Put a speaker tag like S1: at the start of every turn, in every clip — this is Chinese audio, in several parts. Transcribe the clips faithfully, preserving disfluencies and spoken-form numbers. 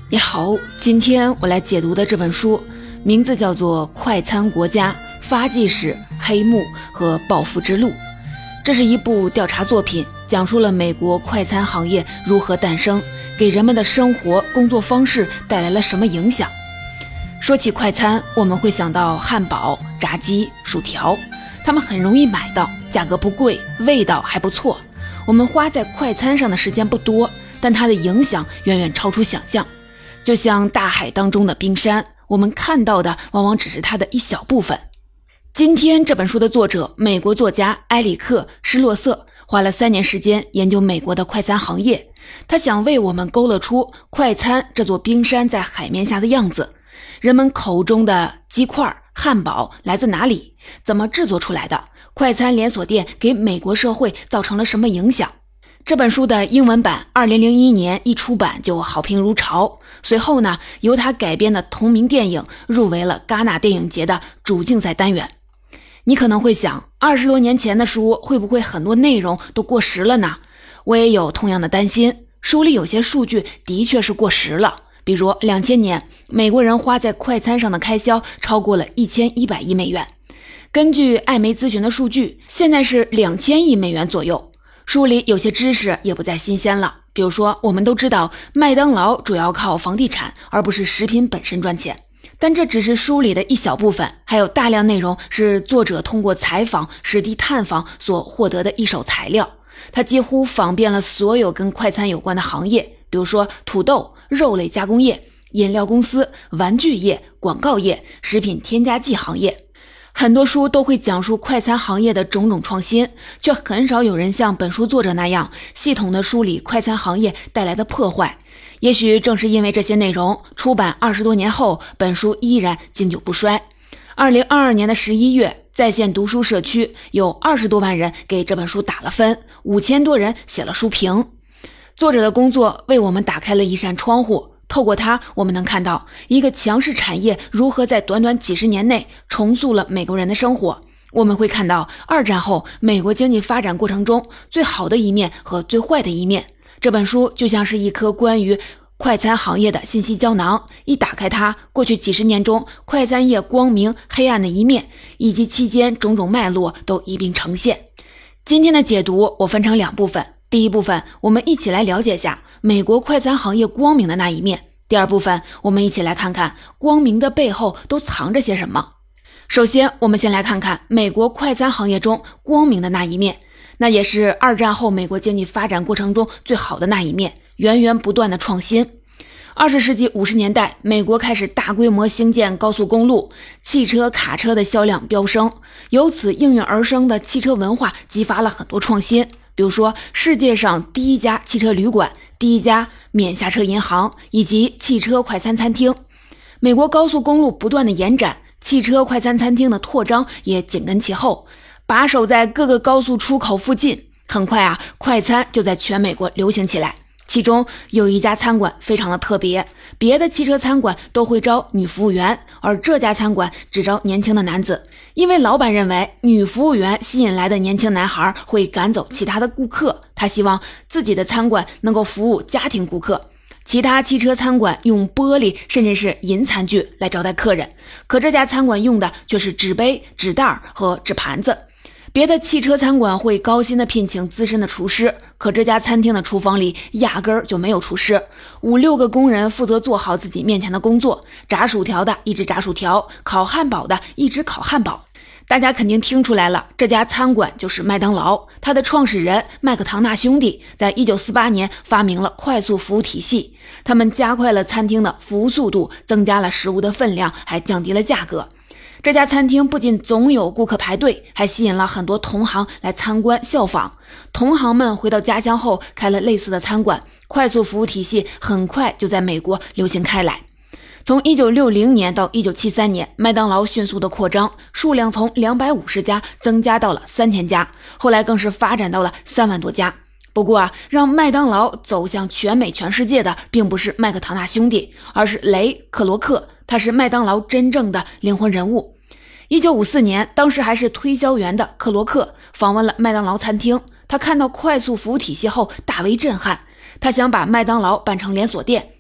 S1: 你好，今天我来解读的这本书名字叫做《快餐国家：发迹史、黑幕和暴富之路》。这是一部调查作品，讲述了美国快餐行业如何诞生，给人们的生活、工作方式带来了什么影响。说起快餐，我们会想到汉堡、炸鸡、薯条，它们很容易买到，价格不贵，味道还不错。我们花在快餐上的时间不多，但它的影响远远超出想象。就像大海当中的冰山，我们看到的往往只是它的一小部分。今天这本书的作者，美国作家埃里克·施洛瑟，花了三年时间研究美国的快餐行业。他想为我们勾勒出快餐这座冰山在海面下的样子。人们口中的鸡块、汉堡来自哪里？怎么制作出来的？快餐连锁店给美国社会造成了什么影响？这本书的英文版二零零一年一出版就好评如潮，随后呢，由他改编的同名电影入围了戛纳电影节的主竞赛单元。你可能会想，二十多年前的书会不会很多内容都过时了呢？我也有同样的担心，书里有些数据的确是过时了，比如两千年美国人花在快餐上的开销超过了一千一百亿美元，根据艾媒咨询的数据，现在是两千亿美元左右。书里有些知识也不再新鲜了，比如说我们都知道麦当劳主要靠房地产而不是食品本身赚钱，但这只是书里的一小部分，还有大量内容是作者通过采访、实地探访所获得的一手材料。他几乎访遍了所有跟快餐有关的行业，比如说土豆、肉类加工业、饮料公司、玩具业、广告业、食品添加剂行业。很多书都会讲述快餐行业的种种创新，却很少有人像本书作者那样系统地梳理快餐行业带来的破坏。也许正是因为这些内容，出版二十多年后，本书依然经久不衰。二零二二年的十一月，在线读书社区有二十多万人给这本书打了分，五千多人写了书评。作者的工作为我们打开了一扇窗户，透过它，我们能看到一个强势产业如何在短短几十年内重塑了美国人的生活。我们会看到二战后美国经济发展过程中最好的一面和最坏的一面。这本书就像是一颗关于快餐行业的信息胶囊，一打开它，过去几十年中快餐业光明黑暗的一面以及期间种种脉络都一并呈现。今天的解读我分成两部分，第一部分我们一起来了解下美国快餐行业光明的那一面，第二部分我们一起来看看光明的背后都藏着些什么。首先我们先来看看美国快餐行业中光明的那一面，那也是二战后美国经济发展过程中最好的那一面，源源不断的创新。二十世纪五十年代，美国开始大规模兴建高速公路，汽车、卡车的销量飙升，由此应运而生的汽车文化激发了很多创新，比如说世界上第一家汽车旅馆、第一家免下车银行以及汽车快餐餐厅。美国高速公路不断的延展，汽车快餐餐厅的扩张也紧跟其后，把守在各个高速出口附近。很快啊，快餐就在全美国流行起来。其中有一家餐馆非常的特别，别的汽车餐馆都会招女服务员，而这家餐馆只招年轻的男子，因为老板认为女服务员吸引来的年轻男孩会赶走其他的顾客，他希望自己的餐馆能够服务家庭顾客。其他汽车餐馆用玻璃甚至是银餐具来招待客人，可这家餐馆用的却是纸杯、纸袋和纸盘子。别的汽车餐馆会高薪的聘请资深的厨师，可这家餐厅的厨房里压根儿就没有厨师，五六个工人负责做好自己面前的工作，炸薯条的一直炸薯条，烤汉堡的一直烤汉堡。大家肯定听出来了，这家餐馆就是麦当劳。它的创始人麦克唐纳兄弟在一九四八年发明了快速服务体系，他们加快了餐厅的服务速度，增加了食物的分量，还降低了价格。这家餐厅不仅总有顾客排队，还吸引了很多同行来参观效仿。同行们回到家乡后开了类似的餐馆，快速服务体系很快就在美国流行开来。从一九六零年到一九七三年，麦当劳迅速的扩张，数量从两百五十家增加到了三千家，后来更是发展到了三万多家。不过啊，让麦当劳走向全美全世界的并不是麦克唐纳兄弟，而是雷克罗克，他是麦当劳真正的灵魂人物。一九五四年，当时还是推销员的克罗克访问了麦当劳餐厅，他看到快速服务体系后大为震撼，他想把麦当劳办成连锁店，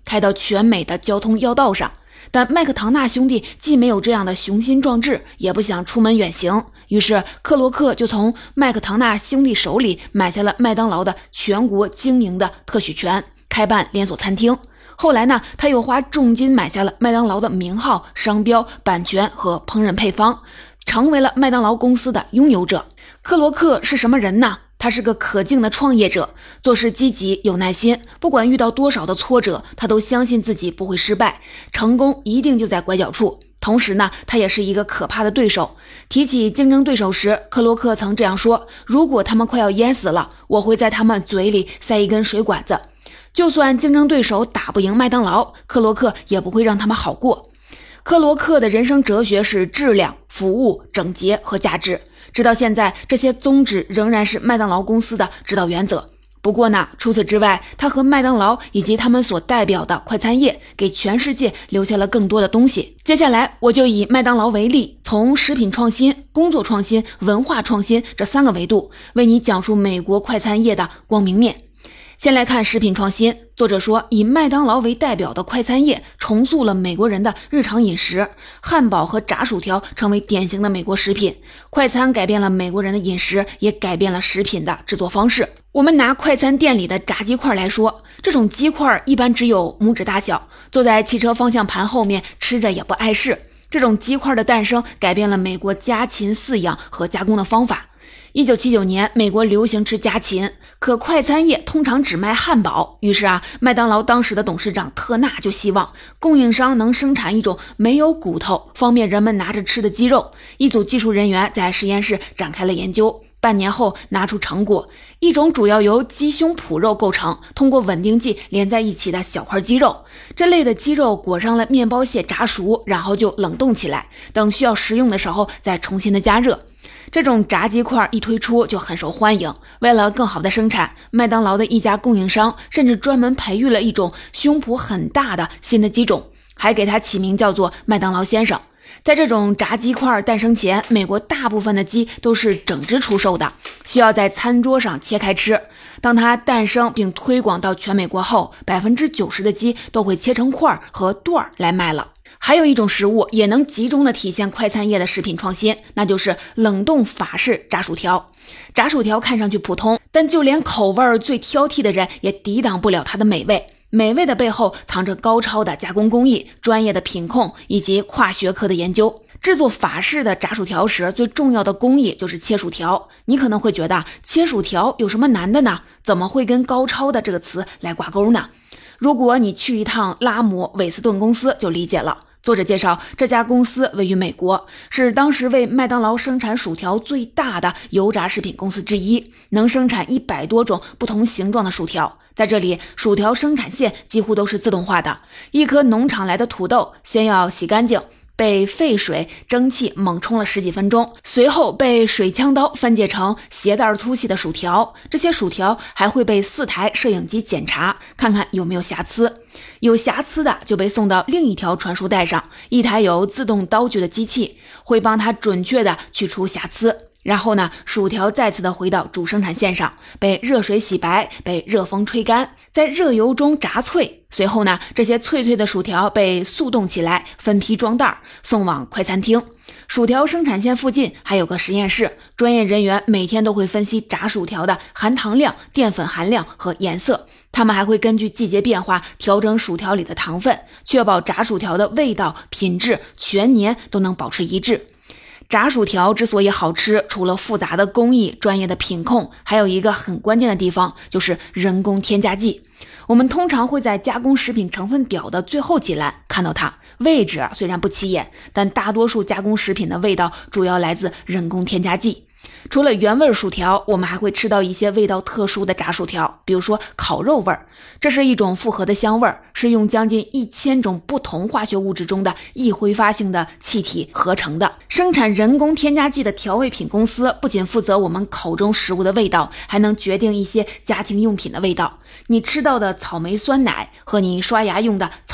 S1: 开到全美的交通要道上。但麦克唐纳兄弟既没有这样的雄心壮志，也不想出门远行，于是克罗克就从麦克唐纳兄弟手里买下了麦当劳的全国经营的特许权，开办连锁餐厅。后来呢，他又花重金买下了麦当劳的名号、商标、版权和烹饪配方，成为了麦当劳公司的拥有者。克罗克是什么人呢？他是个可敬的创业者，做事积极有耐心，不管遇到多少的挫折，他都相信自己不会失败，成功一定就在拐角处。同时呢，他也是一个可怕的对手。提起竞争对手时，克罗克曾这样说：如果他们快要淹死了，我会在他们嘴里塞一根水管子。就算竞争对手打不赢麦当劳，克罗克也不会让他们好过。克罗克的人生哲学是质量、服务、整洁和价值。直到现在，这些宗旨仍然是麦当劳公司的指导原则。不过呢，除此之外，他和麦当劳以及他们所代表的快餐业给全世界留下了更多的东西。接下来我就以麦当劳为例，从食品创新、工作创新、文化创新这三个维度为你讲述美国快餐业的光明面。先来看食品创新，作者说，以麦当劳为代表的快餐业重塑了美国人的日常饮食，汉堡和炸薯条成为典型的美国食品。快餐改变了美国人的饮食，也改变了食品的制作方式。我们拿快餐店里的炸鸡块来说，这种鸡块一般只有拇指大小，坐在汽车方向盘后面吃着也不碍事。这种鸡块的诞生改变了美国家禽饲养和加工的方法。一九七九年，美国流行吃家禽，可快餐业通常只卖汉堡，于是啊，麦当劳当时的董事长特纳就希望供应商能生产一种没有骨头，方便人们拿着吃的鸡肉。一组技术人员在实验室展开了研究，半年后拿出成果，一种主要由鸡胸脯肉构成，通过稳定剂连在一起的小块鸡肉。这类的鸡肉裹上了面包屑炸熟，然后就冷冻起来，等需要食用的时候再重新的加热。这种炸鸡块一推出就很受欢迎，为了更好的生产，麦当劳的一家供应商甚至专门培育了一种胸脯很大的新的鸡种，还给它起名叫做麦当劳先生。在这种炸鸡块诞生前，美国大部分的鸡都是整只出售的，需要在餐桌上切开吃。当它诞生并推广到全美国后， 百分之九十 的鸡都会切成块和段来卖了。还有一种食物也能集中的体现快餐业的食品创新，那就是冷冻法式炸薯条。炸薯条看上去普通，但就连口味最挑剔的人也抵挡不了它的美味。美味的背后藏着高超的加工工艺、专业的品控以及跨学科的研究。制作法式的炸薯条时，最重要的工艺就是切薯条。你可能会觉得切薯条有什么难的呢？怎么会跟高超的这个词来挂钩呢？如果你去一趟拉姆韦斯顿公司就理解了。作者介绍，这家公司位于美国，是当时为麦当劳生产薯条最大的油炸食品公司之一，能生产一百多种不同形状的薯条。在这里，薯条生产线几乎都是自动化的。一颗农场来的土豆先要洗干净，被沸水蒸汽猛冲了十几分钟，随后被水枪刀分解成鞋带粗细的薯条。这些薯条还会被四台摄影机检查，看看有没有瑕疵。有瑕疵的就被送到另一条传输带上，一台有自动刀具的机器会帮它准确的去除瑕疵。然后呢，薯条再次的回到主生产线上，被热水洗白，被热风吹干，在热油中炸脆。随后呢，这些脆脆的薯条被速冻起来，分批装袋，送往快餐厅。薯条生产线附近还有个实验室，专业人员每天都会分析炸薯条的含糖量、淀粉含量和颜色。他们还会根据季节变化调整薯条里的糖分，确保炸薯条的味道、品质全年都能保持一致。炸薯条之所以好吃，除了复杂的工艺、专业的品控，还有一个很关键的地方，就是人工添加剂。我们通常会在加工食品成分表的最后几栏看到它，位置虽然不起眼，但大多数加工食品的味道主要来自人工添加剂。除了原味薯条，我们还会吃到一些味道特殊的炸薯条，比如说烤肉味儿。这是一种复合的香味儿，是用将近一千种不同化学物质中的易挥发性的气体合成的。生产人工添加剂的调味品公司不仅负责我们口中食物的味道，还能决定一些家庭用品的味道。你吃到的草莓酸奶和你刷牙用的草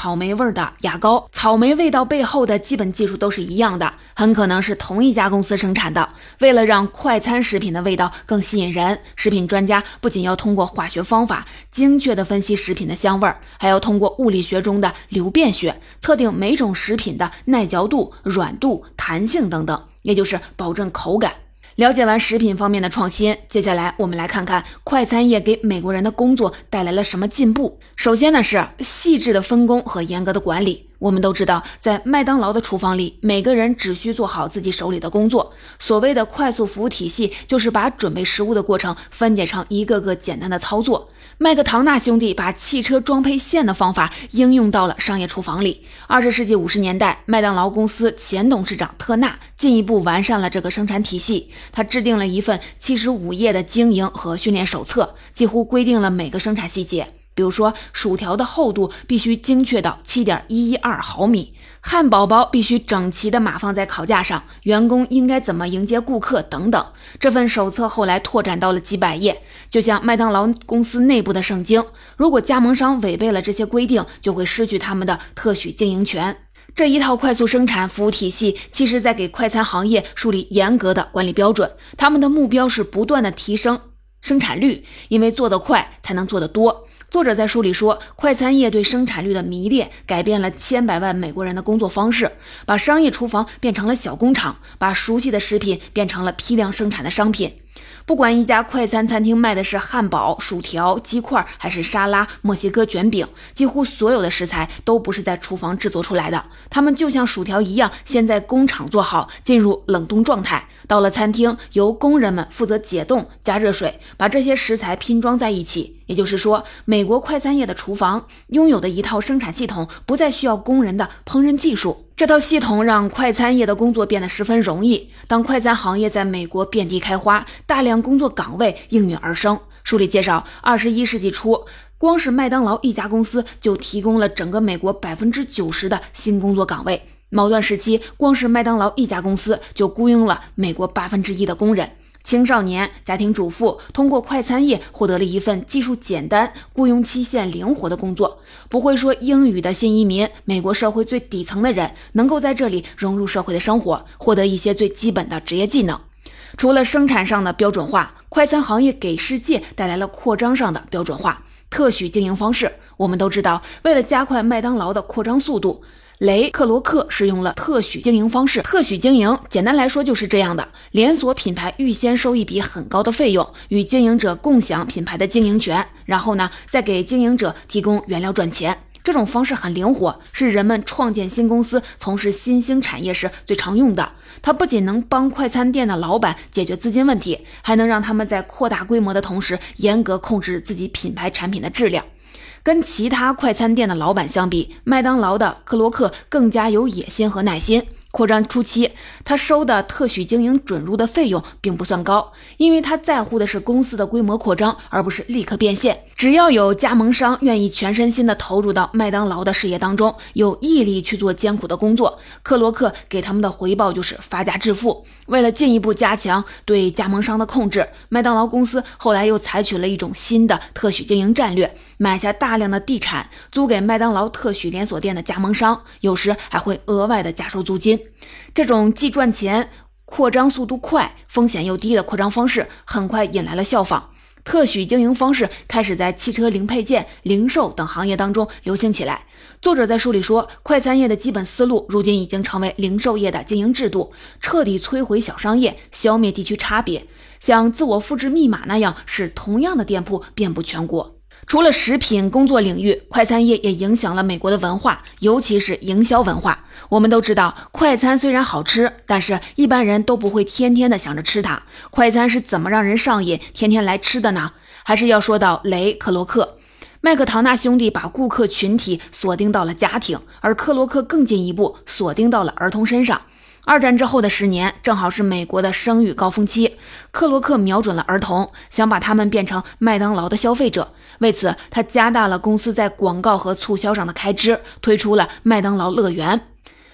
S1: 草莓味的牙膏，草莓味道背后的基本技术都是一样的，很可能是同一家公司生产的。为了让快餐食品的味道更吸引人，食品专家不仅要通过化学方法精确地分析食品的香味，还要通过物理学中的流变学测定每种食品的耐嚼度、软度、弹性等等，也就是保证口感。了解完食品方面的创新，接下来我们来看看快餐业给美国人的工作带来了什么进步。首先呢是细致的分工和严格的管理。我们都知道，在麦当劳的厨房里，每个人只需做好自己手里的工作。所谓的快速服务体系，就是把准备食物的过程分解成一个个简单的操作。麦克唐纳兄弟把汽车装配线的方法应用到了商业厨房里。二十世纪五十年代，麦当劳公司前董事长特纳进一步完善了这个生产体系。他制定了一份七十五页的经营和训练手册，几乎规定了每个生产细节。比如说，薯条的厚度必须精确到 七点一一二 毫米，汉堡包必须整齐地码放在烤架上，员工应该怎么迎接顾客等等。这份手册后来拓展到了几百页，就像麦当劳公司内部的圣经。如果加盟商违背了这些规定，就会失去他们的特许经营权。这一套快速生产服务体系其实在给快餐行业树立严格的管理标准，他们的目标是不断的提升生产率，因为做得快才能做得多。作者在书里说，快餐业对生产率的迷恋改变了千百万美国人的工作方式，把商业厨房变成了小工厂，把熟悉的食品变成了批量生产的商品。不管一家快餐餐厅卖的是汉堡、薯条、鸡块还是沙拉、墨西哥卷饼，几乎所有的食材都不是在厨房制作出来的，它们就像薯条一样，先在工厂做好，进入冷冻状态，到了餐厅，由工人们负责解冻、加热水，把这些食材拼装在一起。也就是说，美国快餐业的厨房拥有的一套生产系统，不再需要工人的烹饪技术。这套系统让快餐业的工作变得十分容易。当快餐行业在美国遍地开花，大量工作岗位应运而生。书里介绍，二十一世纪初，光是麦当劳一家公司就提供了整个美国 百分之九十 的新工作岗位。某段时期，光是麦当劳一家公司就雇佣了美国八分之一的工人。青少年、家庭主妇通过快餐业获得了一份技术简单、雇佣期限灵活的工作。不会说英语的新移民，美国社会最底层的人，能够在这里融入社会的生活，获得一些最基本的职业技能。除了生产上的标准化，快餐行业给世界带来了扩张上的标准化。特许经营方式，我们都知道，为了加快麦当劳的扩张速度，雷克罗克使用了特许经营方式。特许经营简单来说就是这样的，连锁品牌预先收一笔很高的费用，与经营者共享品牌的经营权，然后呢，再给经营者提供原料赚钱。这种方式很灵活，是人们创建新公司、从事新兴产业时最常用的。它不仅能帮快餐店的老板解决资金问题，还能让他们在扩大规模的同时，严格控制自己品牌产品的质量。跟其他快餐店的老板相比，麦当劳的克罗克更加有野心和耐心。扩张初期，他收的特许经营准入的费用并不算高，因为他在乎的是公司的规模扩张，而不是立刻变现。只要有加盟商愿意全身心地投入到麦当劳的事业当中，有毅力去做艰苦的工作，克罗克给他们的回报就是发家致富。为了进一步加强对加盟商的控制，麦当劳公司后来又采取了一种新的特许经营战略，买下大量的地产，租给麦当劳特许连锁店的加盟商，有时还会额外的加收租金。这种既赚钱、扩张速度快、风险又低的扩张方式，很快引来了效仿。特许经营方式开始在汽车零配件、零售等行业当中流行起来。作者在书里说，快餐业的基本思路如今已经成为零售业的经营制度，彻底摧毁小商业，消灭地区差别，像自我复制密码那样，使同样的店铺遍布全国。除了食品工作领域，快餐业也影响了美国的文化，尤其是营销文化。我们都知道，快餐虽然好吃，但是一般人都不会天天的想着吃它。快餐是怎么让人上瘾，天天来吃的呢？还是要说到雷克罗克。麦克唐纳兄弟把顾客群体锁定到了家庭，而克罗克更进一步锁定到了儿童身上。二战之后的十年，正好是美国的生育高峰期。克罗克瞄准了儿童，想把他们变成麦当劳的消费者。为此，他加大了公司在广告和促销上的开支，推出了麦当劳乐园。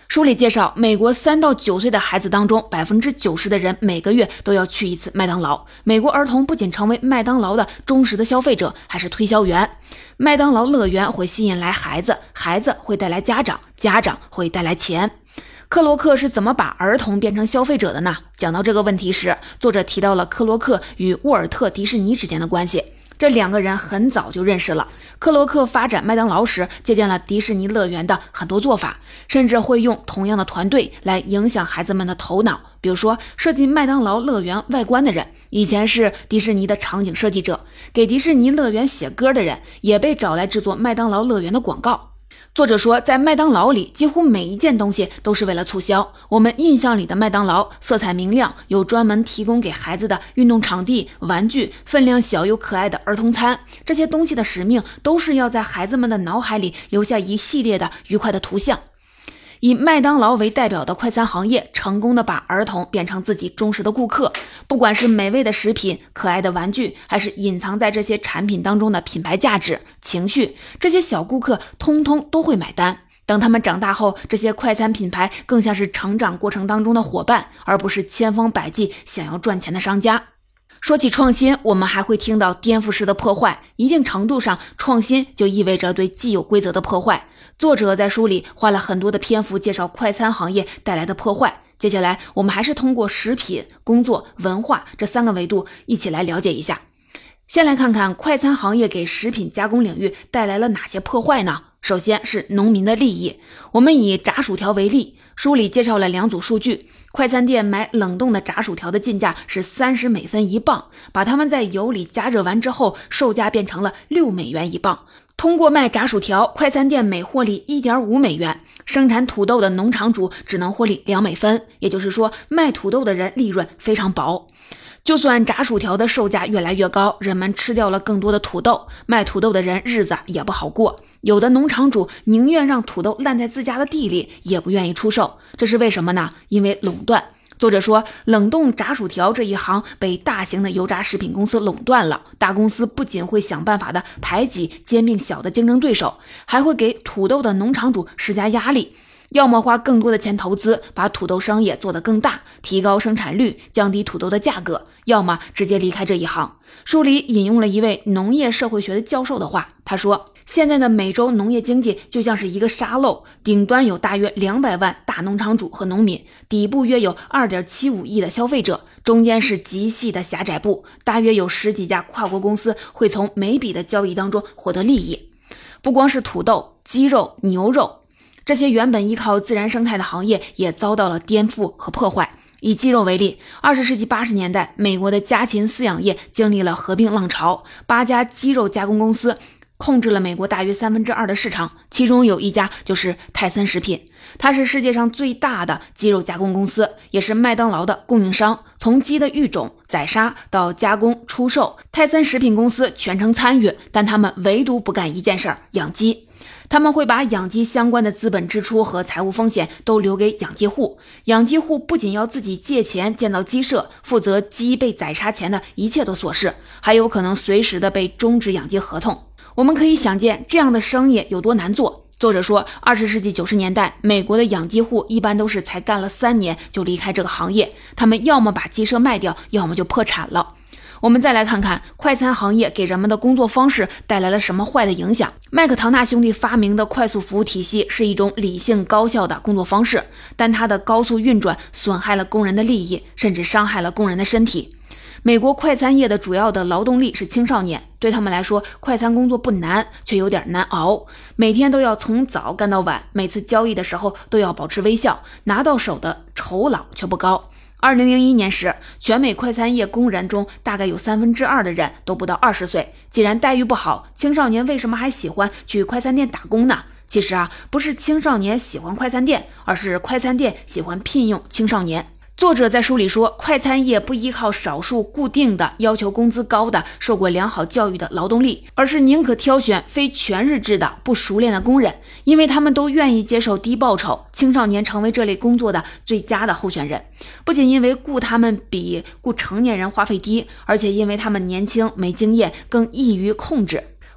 S1: 书里介绍，美国三到九岁的孩子当中，百分之九十的人每个月都要去一次麦当劳。美国儿童不仅成为麦当劳的忠实的消费者，还是推销员。麦当劳乐园会吸引来孩子，孩子会带来家长，家长会带来钱。克洛克是怎么把儿童变成消费者的呢？讲到这个问题时，作者提到了克洛克与沃尔特·迪士尼之间的关系。这两个人很早就认识了。克洛克发展麦当劳时，借鉴了迪士尼乐园的很多做法，甚至会用同样的团队来影响孩子们的头脑。比如说，设计麦当劳乐园外观的人，以前是迪士尼的场景设计者；给迪士尼乐园写歌的人，也被找来制作麦当劳乐园的广告。作者说，在麦当劳里，几乎每一件东西都是为了促销。我们印象里的麦当劳色彩明亮，有专门提供给孩子的运动场地、玩具，分量小又可爱的儿童餐。这些东西的使命都是要在孩子们的脑海里留下一系列的愉快的图像。以麦当劳为代表的快餐行业成功的把儿童变成自己忠实的顾客，不管是美味的食品、可爱的玩具，还是隐藏在这些产品当中的品牌价值、情绪，这些小顾客通通都会买单。等他们长大后，这些快餐品牌更像是成长过程当中的伙伴，而不是千方百计想要赚钱的商家。说起创新，我们还会听到颠覆式的破坏，一定程度上，创新就意味着对既有规则的破坏。作者在书里花了很多的篇幅介绍快餐行业带来的破坏。接下来我们还是通过食品、工作、文化这三个维度一起来了解一下。先来看看快餐行业给食品加工领域带来了哪些破坏呢？首先是农民的利益。我们以炸薯条为例，书里介绍了两组数据。快餐店买冷冻的炸薯条的进价是三十美分一磅，把它们在油里加热完之后，售价变成了六美元一磅。通过卖炸薯条，快餐店每获利 一点五美元，生产土豆的农场主只能获利两美分，也就是说，卖土豆的人利润非常薄。就算炸薯条的售价越来越高，人们吃掉了更多的土豆，卖土豆的人日子也不好过。有的农场主宁愿让土豆烂在自家的地里，也不愿意出售。这是为什么呢？因为垄断。作者说，冷冻炸薯条这一行被大型的油炸食品公司垄断了。大公司不仅会想办法的排挤兼并小的竞争对手，还会给土豆的农场主施加压力，要么花更多的钱投资，把土豆商业做得更大，提高生产率，降低土豆的价格，要么直接离开这一行。书里引用了一位农业社会学的教授的话，他说，现在的美洲农业经济就像是一个沙漏，顶端有大约两百万大农场主和农民，底部约有 二点七五亿的消费者，中间是极细的狭窄部，大约有十几家跨国公司会从每笔的交易当中获得利益。不光是土豆、鸡肉、牛肉，这些原本依靠自然生态的行业也遭到了颠覆和破坏。以鸡肉为例，二十世纪八十年代，美国的家禽饲养业经历了合并浪潮，八家鸡肉加工公司控制了美国大约三分之二的市场，其中有一家就是泰森食品，它是世界上最大的鸡肉加工公司，也是麦当劳的供应商。从鸡的育种、宰杀到加工、出售，泰森食品公司全程参与，但他们唯独不干一件事儿：养鸡。他们会把养鸡相关的资本支出和财务风险都留给养鸡户。养鸡户不仅要自己借钱建造鸡舍，负责鸡被宰杀前的一切的琐事，还有可能随时的被终止养鸡合同。我们可以想见这样的生意有多难做。作者说，二十世纪九十年代，美国的养鸡户一般都是才干了三年就离开这个行业，他们要么把鸡舍卖掉，要么就破产了。我们再来看看快餐行业给人们的工作方式带来了什么坏的影响。麦克唐纳兄弟发明的快速服务体系是一种理性高效的工作方式，但它的高速运转损害了工人的利益，甚至伤害了工人的身体。美国快餐业的主要的劳动力是青少年，对他们来说，快餐工作不难，却有点难熬，每天都要从早干到晚，每次交易的时候都要保持微笑，拿到手的酬劳却不高。二零零一年时，全美快餐业工人中大概有三分之二的人都不到二十岁。既然待遇不好，青少年为什么还喜欢去快餐店打工呢？其实啊，不是青少年喜欢快餐店，而是快餐店喜欢聘用青少年。作者在书里说，快餐业不依靠少数固定的要求工资高的受过良好教育的劳动力，而是宁可挑选非全日制的不熟练的工人，因为他们都愿意接受低报酬，青少年成为这类工作的最佳的候选人。不仅因为雇他们比雇成年人花费低，而且因为他们年轻没经验，更易于控制。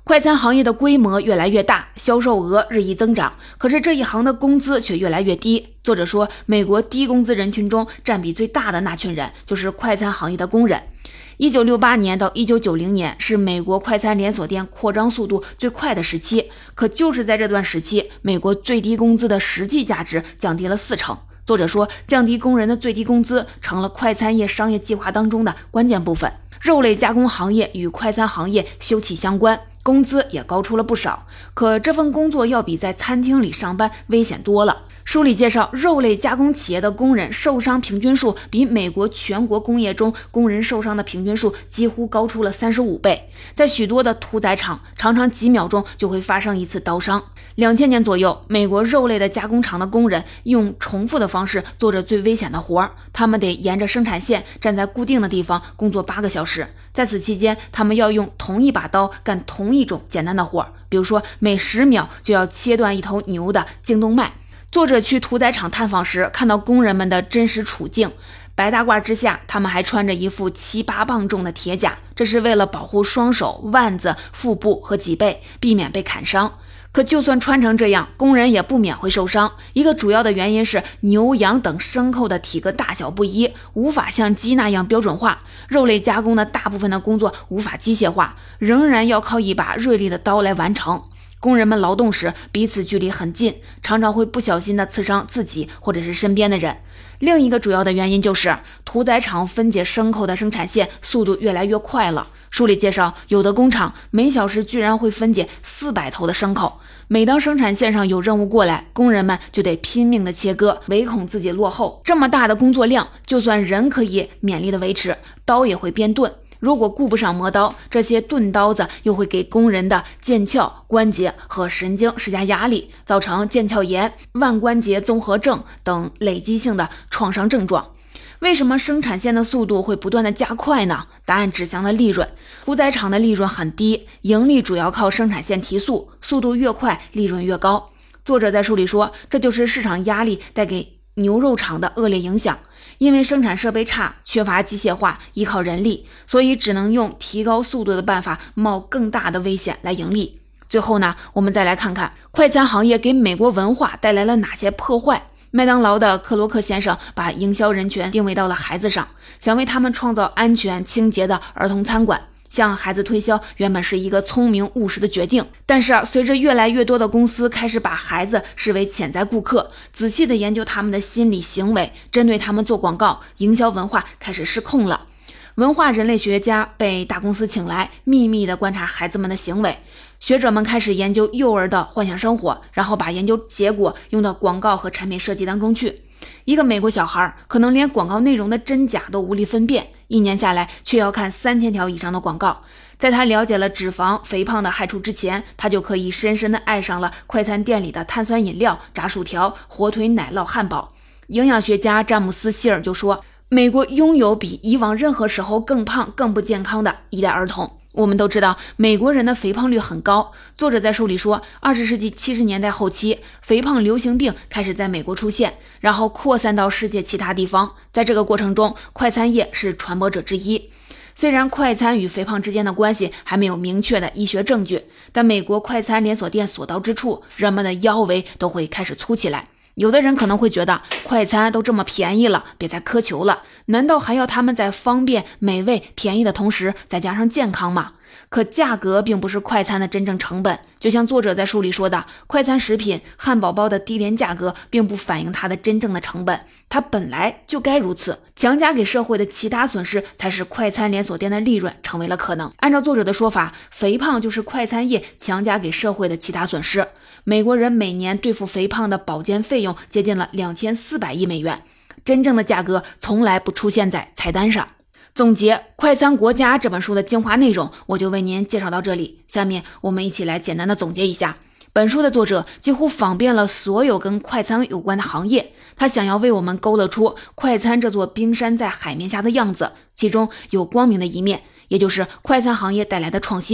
S1: 快餐行业的规模越来越大，销售额日益增长，可是这一行的工资却越来越低。作者说，美国低工资人群中占比最大的那群人就是快餐行业的工人。一九六八年到一九九零年是美国快餐连锁店扩张速度最快的时期，可就是在这段时期，美国最低工资的实际价值降低了四成。作者说，降低工人的最低工资成了快餐业商业计划当中的关键部分。肉类加工行业与快餐行业休戚相关，工资也高出了不少，可这份工作要比在餐厅里上班危险多了。书里介绍，肉类加工企业的工人受伤平均数比美国全国工业中工人受伤的平均数几乎高出了三十五倍。在许多的屠宰场，常常几秒钟就会发生一次刀伤。两千年左右，美国肉类的加工厂的工人用重复的方式做着最危险的活儿，他们得沿着生产线站在固定的地方工作八个小时。在此期间，他们要用同一把刀干同一种简单的活儿，比如说每十秒就要切断一头牛的颈动脉。作者去屠宰场探访时，看到工人们的真实处境。白大褂之下，他们还穿着一副七八磅重的铁甲，这是为了保护双手、腕子、腹部和脊背，避免被砍伤。可就算穿成这样，工人也不免会受伤。一个主要的原因是牛羊等牲口的体格大小不一，无法像鸡那样标准化。肉类加工的大部分的工作无法机械化，仍然要靠一把锐利的刀来完成。工人们劳动时彼此距离很近，常常会不小心的刺伤自己或者是身边的人。另一个主要的原因就是屠宰场分解牲口的生产线速度越来越快了。书里介绍，有的工厂每小时居然会分解四百头的牲口。每当生产线上有任务过来，工人们就得拼命的切割，唯恐自己落后。这么大的工作量，就算人可以勉力的维持，刀也会变钝。如果顾不上磨刀，这些钝刀子又会给工人的腱鞘、关节和神经施加压力，造成腱鞘炎、腕关节综合症等累积性的创伤症状。为什么生产线的速度会不断的加快呢？答案指向了利润。屠宰场的利润很低，盈利主要靠生产线提速，速度越快，利润越高。作者在书里说，这就是市场压力带给牛肉厂的恶劣影响。因为生产设备差，缺乏机械化，依靠人力，所以只能用提高速度的办法冒更大的危险来盈利。最后呢，我们再来看看快餐行业给美国文化带来了哪些破坏。麦当劳的克罗克先生把营销人群定位到了孩子上，想为他们创造安全清洁的儿童餐馆。向孩子推销原本是一个聪明务实的决定，但是啊，随着越来越多的公司开始把孩子视为潜在顾客，仔细的研究他们的心理行为，针对他们做广告，营销文化开始失控了。文化人类学家被大公司请来，秘密地观察孩子们的行为。学者们开始研究幼儿的幻想生活，然后把研究结果用到广告和产品设计当中去。一个美国小孩可能连广告内容的真假都无力分辨，一年下来却要看三千条以上的广告。在他了解了脂肪、肥胖的害处之前，他就可以深深地爱上了快餐店里的碳酸饮料、炸薯条、火腿奶酪汉堡。营养学家詹姆斯·希尔就说，美国拥有比以往任何时候更胖、更不健康的一代儿童。我们都知道，美国人的肥胖率很高。作者在书里说，二十世纪七十年代后期，肥胖流行病开始在美国出现，然后扩散到世界其他地方。在这个过程中，快餐业是传播者之一。虽然快餐与肥胖之间的关系还没有明确的医学证据，但美国快餐连锁店所到之处，人们的腰围都会开始粗起来。有的人可能会觉得，快餐都这么便宜了，别再苛求了，难道还要他们在方便、美味、便宜的同时再加上健康吗？可价格并不是快餐的真正成本，就像作者在书里说的，快餐食品汉堡包的低廉价格并不反映它的真正的成本，它本来就该如此。强加给社会的其他损失才是快餐连锁店的利润成为了可能。按照作者的说法，肥胖就是快餐业强加给社会的其他损失。美国人每年对付肥胖的保健费用接近了两千四百亿美元，真正的价格从来不出现在菜单上。总结《快餐国家》这本书的精华内容，我就为您介绍到这里。下面我们一起来简单的总结一下。本书的作者几乎访遍了所有跟快餐有关的行业，他想要为我们勾勒出快餐这座冰山在海面下的样子，其中有光明的一面，也就是快餐行业带来的创新。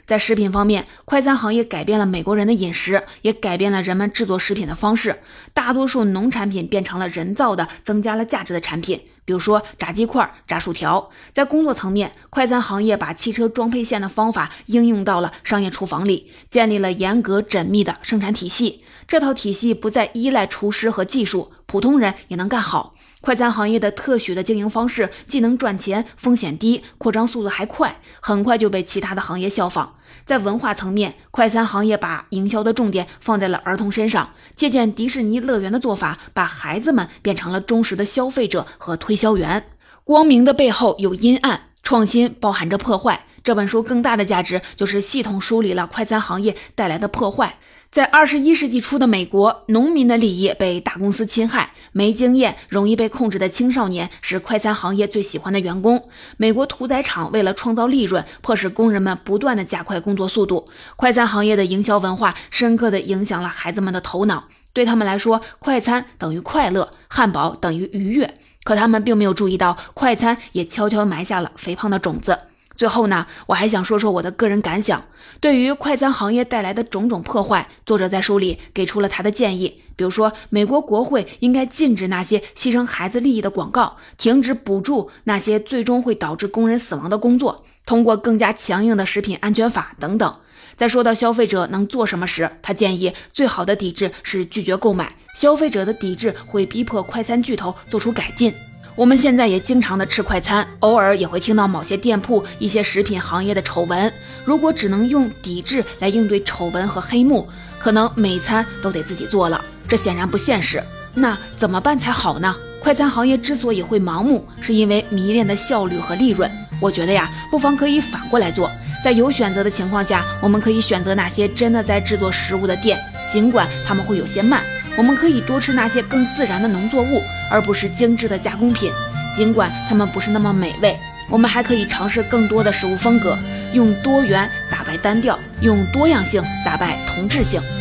S1: 在食品方面，快餐行业改变了美国人的饮食，也改变了人们制作食品的方式。大多数农产品变成了人造的、增加了价值的产品，比如说炸鸡块、炸薯条。在工作层面，快餐行业把汽车装配线的方法应用到了商业厨房里，建立了严格缜密的生产体系。这套体系不再依赖厨师和技术，普通人也能干好。快餐行业的特许的经营方式既能赚钱，风险低，扩张速度还快，很快就被其他的行业效仿。在文化层面，快餐行业把营销的重点放在了儿童身上，借鉴迪士尼乐园的做法，把孩子们变成了忠实的消费者和推销员。光明的背后有阴暗，创新包含着破坏。这本书更大的价值就是系统梳理了快餐行业带来的破坏。在二十一世纪初的美国，农民的利益被大公司侵害，没经验、容易被控制的青少年是快餐行业最喜欢的员工。美国屠宰场为了创造利润，迫使工人们不断地加快工作速度。快餐行业的营销文化深刻地影响了孩子们的头脑，对他们来说，快餐等于快乐，汉堡等于愉悦。可他们并没有注意到，快餐也悄悄埋下了肥胖的种子。最后呢，我还想说说我的个人感想。对于快餐行业带来的种种破坏，作者在书里给出了他的建议，比如说美国国会应该禁止那些牺牲孩子利益的广告，停止补助那些最终会导致工人死亡的工作，通过更加强硬的食品安全法等等。在说到消费者能做什么时，他建议最好的抵制是拒绝购买，消费者的抵制会逼迫快餐巨头做出改进。我们现在也经常的吃快餐，偶尔也会听到某些店铺一些食品行业的丑闻。如果只能用抵制来应对丑闻和黑幕，可能每餐都得自己做了，这显然不现实。那怎么办才好呢？快餐行业之所以会盲目，是因为迷恋的效率和利润。我觉得呀，不妨可以反过来做。在有选择的情况下，我们可以选择那些真的在制作食物的店，尽管他们会有些慢。我们可以多吃那些更自然的农作物，而不是精致的加工品，尽管它们不是那么美味。我们还可以尝试更多的食物风格，用多元打败单调，用多样性打败同质性。